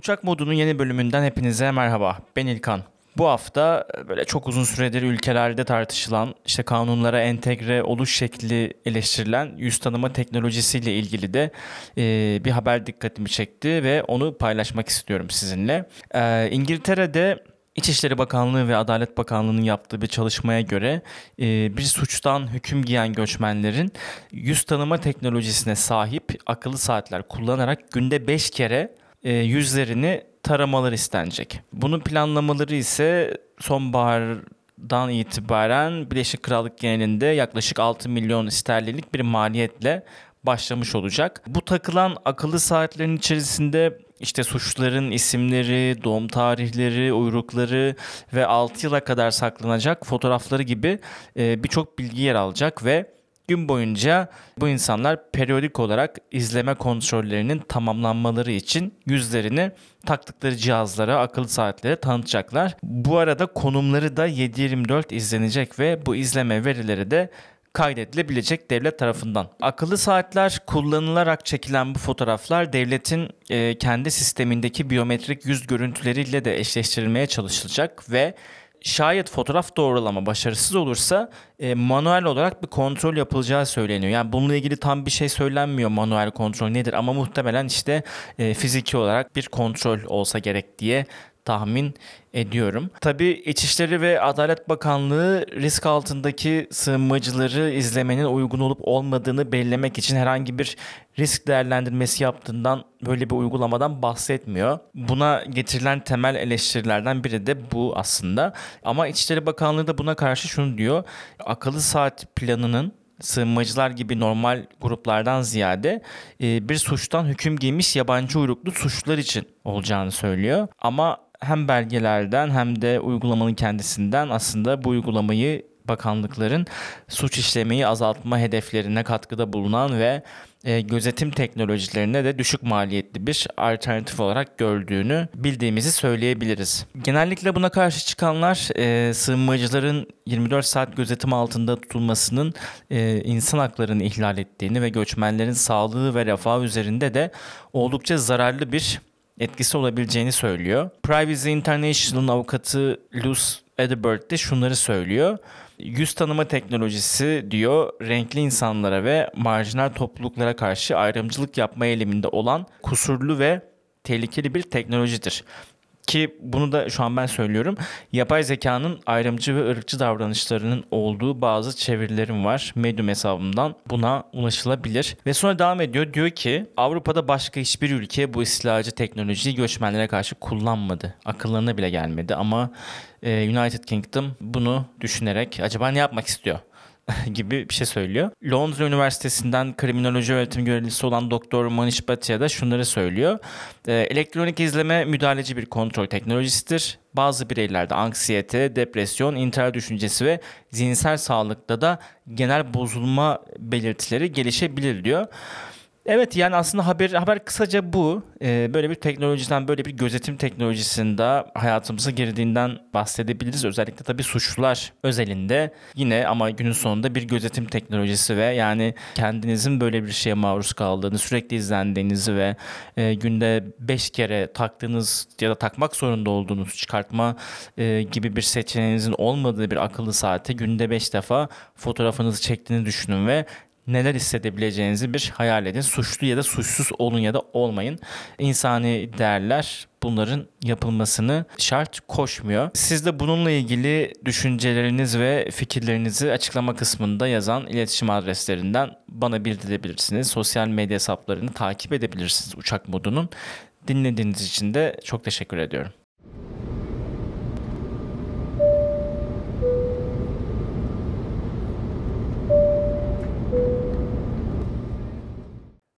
Uçak Modu'nun yeni bölümünden hepinize merhaba. Ben İlkan. Bu hafta böyle çok uzun süredir ülkelerde tartışılan, işte kanunlara entegre oluş şekli eleştirilen yüz tanıma teknolojisiyle ilgili de bir haber dikkatimi çekti ve onu paylaşmak istiyorum sizinle. İngiltere'de İçişleri Bakanlığı ve Adalet Bakanlığı'nın yaptığı bir çalışmaya göre bir suçtan hüküm giyen göçmenlerin yüz tanıma teknolojisine sahip akıllı saatler kullanarak günde 5 kere yüzlerini taramaları istenecek. Bunun planlamaları ise sonbahardan itibaren Birleşik Krallık genelinde yaklaşık 6 milyon sterlinlik bir maliyetle başlamış olacak. Bu takılan akıllı saatlerin içerisinde işte suçluların isimleri, doğum tarihleri, uyrukları ve 6 yıla kadar saklanacak fotoğrafları gibi birçok bilgi yer alacak ve gün boyunca bu insanlar periyodik olarak izleme kontrollerinin tamamlanmaları için yüzlerini taktıkları cihazlara, akıllı saatlere tanıtacaklar. Bu arada konumları da 7/24 izlenecek ve bu izleme verileri de kaydedilebilecek devlet tarafından. Akıllı saatler kullanılarak çekilen bu fotoğraflar devletin kendi sistemindeki biyometrik yüz görüntüleriyle de eşleştirilmeye çalışılacak ve şayet fotoğraf doğrulama başarısız olursa manuel olarak bir kontrol yapılacağı söyleniyor. Yani bununla ilgili tam bir şey söylenmiyor, manuel kontrol nedir, ama muhtemelen işte fiziki olarak bir kontrol olsa gerek diye tahmin ediyorum. Tabii İçişleri ve Adalet Bakanlığı risk altındaki sığınmacıları izlemenin uygun olup olmadığını belirlemek için herhangi bir risk değerlendirmesi yaptığından, böyle bir uygulamadan bahsetmiyor. Buna getirilen temel eleştirilerden biri de bu aslında. Ama İçişleri Bakanlığı da buna karşı şunu diyor: akıllı saat planının sığınmacılar gibi normal gruplardan ziyade bir suçtan hüküm giymiş yabancı uyruklu suçlular için olacağını söylüyor. Ama hem belgelerden hem de uygulamanın kendisinden aslında bu uygulamayı bakanlıkların suç işlemeyi azaltma hedeflerine katkıda bulunan ve gözetim teknolojilerine de düşük maliyetli bir alternatif olarak gördüğünü bildiğimizi söyleyebiliriz. Genellikle buna karşı çıkanlar sığınmacıların 24 saat gözetim altında tutulmasının insan haklarını ihlal ettiğini ve göçmenlerin sağlığı ve refahı üzerinde de oldukça zararlı bir etkisi olabileceğini söylüyor. Privacy International'ın avukatı Luz Edebert de şunları söylüyor: yüz tanıma teknolojisi, diyor, renkli insanlara ve marjinal topluluklara karşı ayrımcılık yapma eğiliminde olan kusurlu ve tehlikeli bir teknolojidir. Ki bunu da şu an ben söylüyorum. Yapay zekanın ayrımcı ve ırkçı davranışlarının olduğu bazı çevirilerim var. Medium hesabımdan buna ulaşılabilir. Ve sonra devam ediyor. Diyor ki Avrupa'da başka hiçbir ülke bu istilacı teknolojiyi göçmenlere karşı kullanmadı. Akıllarına bile gelmedi ama United Kingdom bunu düşünerek acaba ne yapmak istiyor gibi bir şey söylüyor. Londra Üniversitesi'nden kriminoloji öğretim görevlisi olan Doktor Manish Bhatia da şunları söylüyor: elektronik izleme müdahaleci bir kontrol teknolojisidir. Bazı bireylerde anksiyete, depresyon, intihar düşüncesi ve zihinsel sağlıkta da genel bozulma belirtileri gelişebilir diyor. Evet, yani aslında haber kısaca bu. Böyle bir teknolojiden, böyle bir gözetim teknolojisinde hayatımıza girdiğinden bahsedebiliriz. Özellikle tabii suçlular özelinde yine, ama günün sonunda bir gözetim teknolojisi ve yani kendinizin böyle bir şeye maruz kaldığını, sürekli izlendiğinizi ve günde 5 kere taktığınız ya da takmak zorunda olduğunuz çıkartma gibi bir seçeneğinizin olmadığı bir akıllı saate günde 5 defa fotoğrafınızı çektiğini düşünün ve neler hissedebileceğinizi bir hayal edin. Suçlu ya da suçsuz olun ya da olmayın. İnsani değerler bunların yapılmasını şart koşmuyor. Siz de bununla ilgili düşünceleriniz ve fikirlerinizi açıklama kısmında yazan iletişim adreslerinden bana bildirebilirsiniz. Sosyal medya hesaplarını takip edebilirsiniz Uçak Modu'nun. Dinlediğiniz için de çok teşekkür ediyorum.